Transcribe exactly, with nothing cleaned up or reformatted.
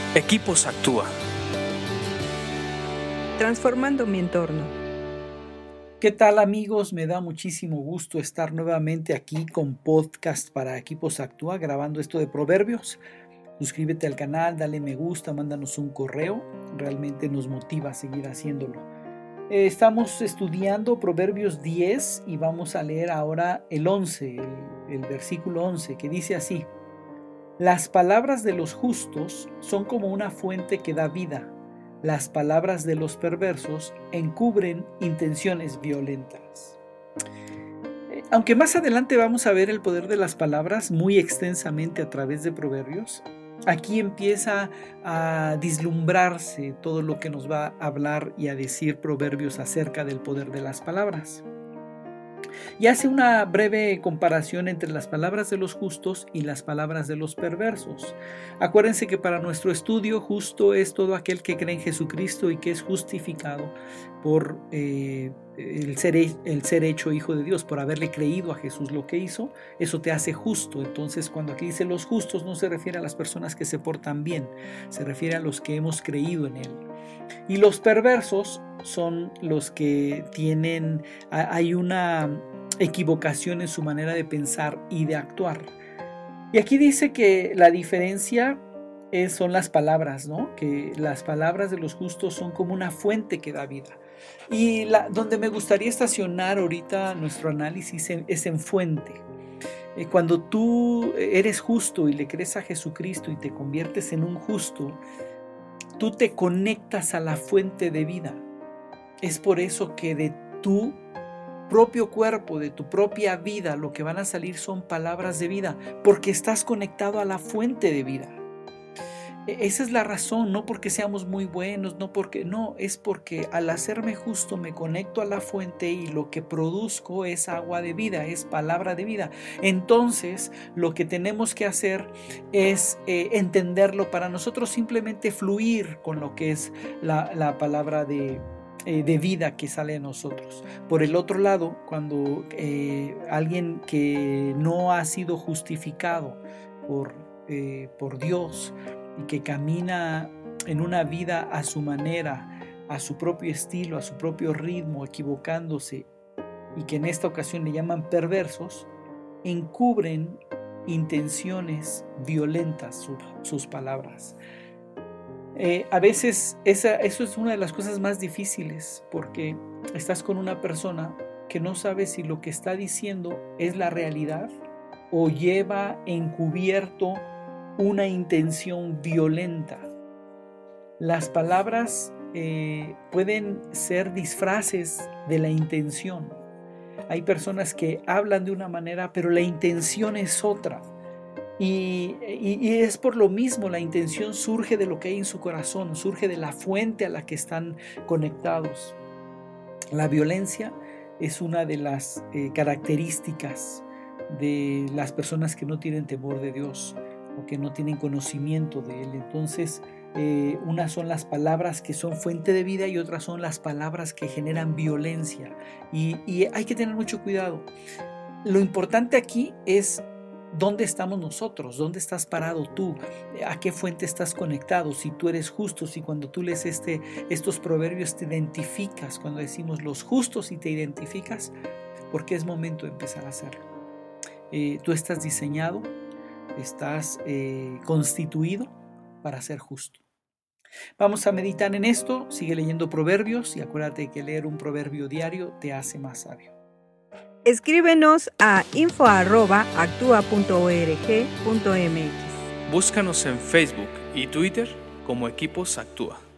Equipos Actúa. Transformando mi entorno. ¿Qué tal, amigos? Me da muchísimo gusto estar nuevamente aquí con podcast para Equipos Actúa, grabando esto de Proverbios. Suscríbete al canal, dale me gusta, mándanos un correo. Realmente nos motiva a seguir haciéndolo. Eh, estamos estudiando Proverbios diez y vamos a leer ahora el once, el, el versículo once, que dice así: Las palabras de los justos son como una fuente que da vida. Las palabras de los perversos encubren intenciones violentas. Aunque más adelante vamos a ver el poder de las palabras muy extensamente a través de Proverbios, aquí empieza a vislumbrarse todo lo que nos va a hablar y a decir Proverbios acerca del poder de las palabras. Y hace una breve comparación entre las palabras de los justos y las palabras de los perversos. Acuérdense que para nuestro estudio, justo es todo aquel que cree en Jesucristo y que es justificado por eh, el, ser, el ser hecho hijo de Dios, por haberle creído a Jesús lo que hizo. Eso te hace justo. Entonces, cuando aquí dice los justos, no se refiere a las personas que se portan bien, se refiere a los que hemos creído en Él. Y los perversos son los que tienen, hay una equivocación en su manera de pensar y de actuar. Y aquí dice que la diferencia es, son las palabras, ¿no? Que las palabras de los justos son como una fuente que da vida. Y la, donde me gustaría estacionar ahorita nuestro análisis en, es en fuente. Eh, cuando tú eres justo y le crees a Jesucristo y te conviertes en un justo, tú te conectas a la fuente de vida. Es por eso que de tu propio cuerpo, de tu propia vida, lo que van a salir son palabras de vida, porque estás conectado a la fuente de vida. Esa es la razón, no porque seamos muy buenos, no porque, no, es porque al hacerme justo me conecto a la fuente y lo que produzco es agua de vida, es palabra de vida. Entonces, lo que tenemos que hacer es eh, entenderlo para nosotros simplemente fluir con lo que es la, la palabra de de vida que sale de nosotros. Por el otro lado, cuando eh, alguien que no ha sido justificado por, eh, por Dios y que camina en una vida a su manera, a su propio estilo, a su propio ritmo, equivocándose, y que en esta ocasión le llaman perversos, encubren intenciones violentas sus, sus palabras. Eh, a veces esa, eso es una de las cosas más difíciles, porque estás con una persona que no sabe si lo que está diciendo es la realidad o lleva encubierto una intención violenta. Las palabras eh, pueden ser disfraces de la intención. Hay personas que hablan de una manera, pero la intención es otra. Y, y, y es por lo mismo, la intención surge de lo que hay en su corazón, surge de la fuente a la que están conectados. La violencia es una de las eh, características de las personas que no tienen temor de Dios o que no tienen conocimiento de Él. Entonces, eh, unas son las palabras que son fuente de vida y otras son las palabras que generan violencia. Y, y hay que tener mucho cuidado. Lo importante aquí es ¿dónde estamos nosotros? ¿Dónde estás parado tú? ¿A qué fuente estás conectado? Si tú eres justo, si cuando tú lees este, estos proverbios te identificas, cuando decimos los justos y te identificas, porque es momento de empezar a hacerlo. Eh, tú estás diseñado, estás eh, constituido para ser justo. Vamos a meditar en esto, sigue leyendo proverbios y acuérdate que leer un proverbio diario te hace más sabio. Escríbenos a info arroba actua punto org punto mx. Búscanos en Facebook y Twitter como Equipos Actúa.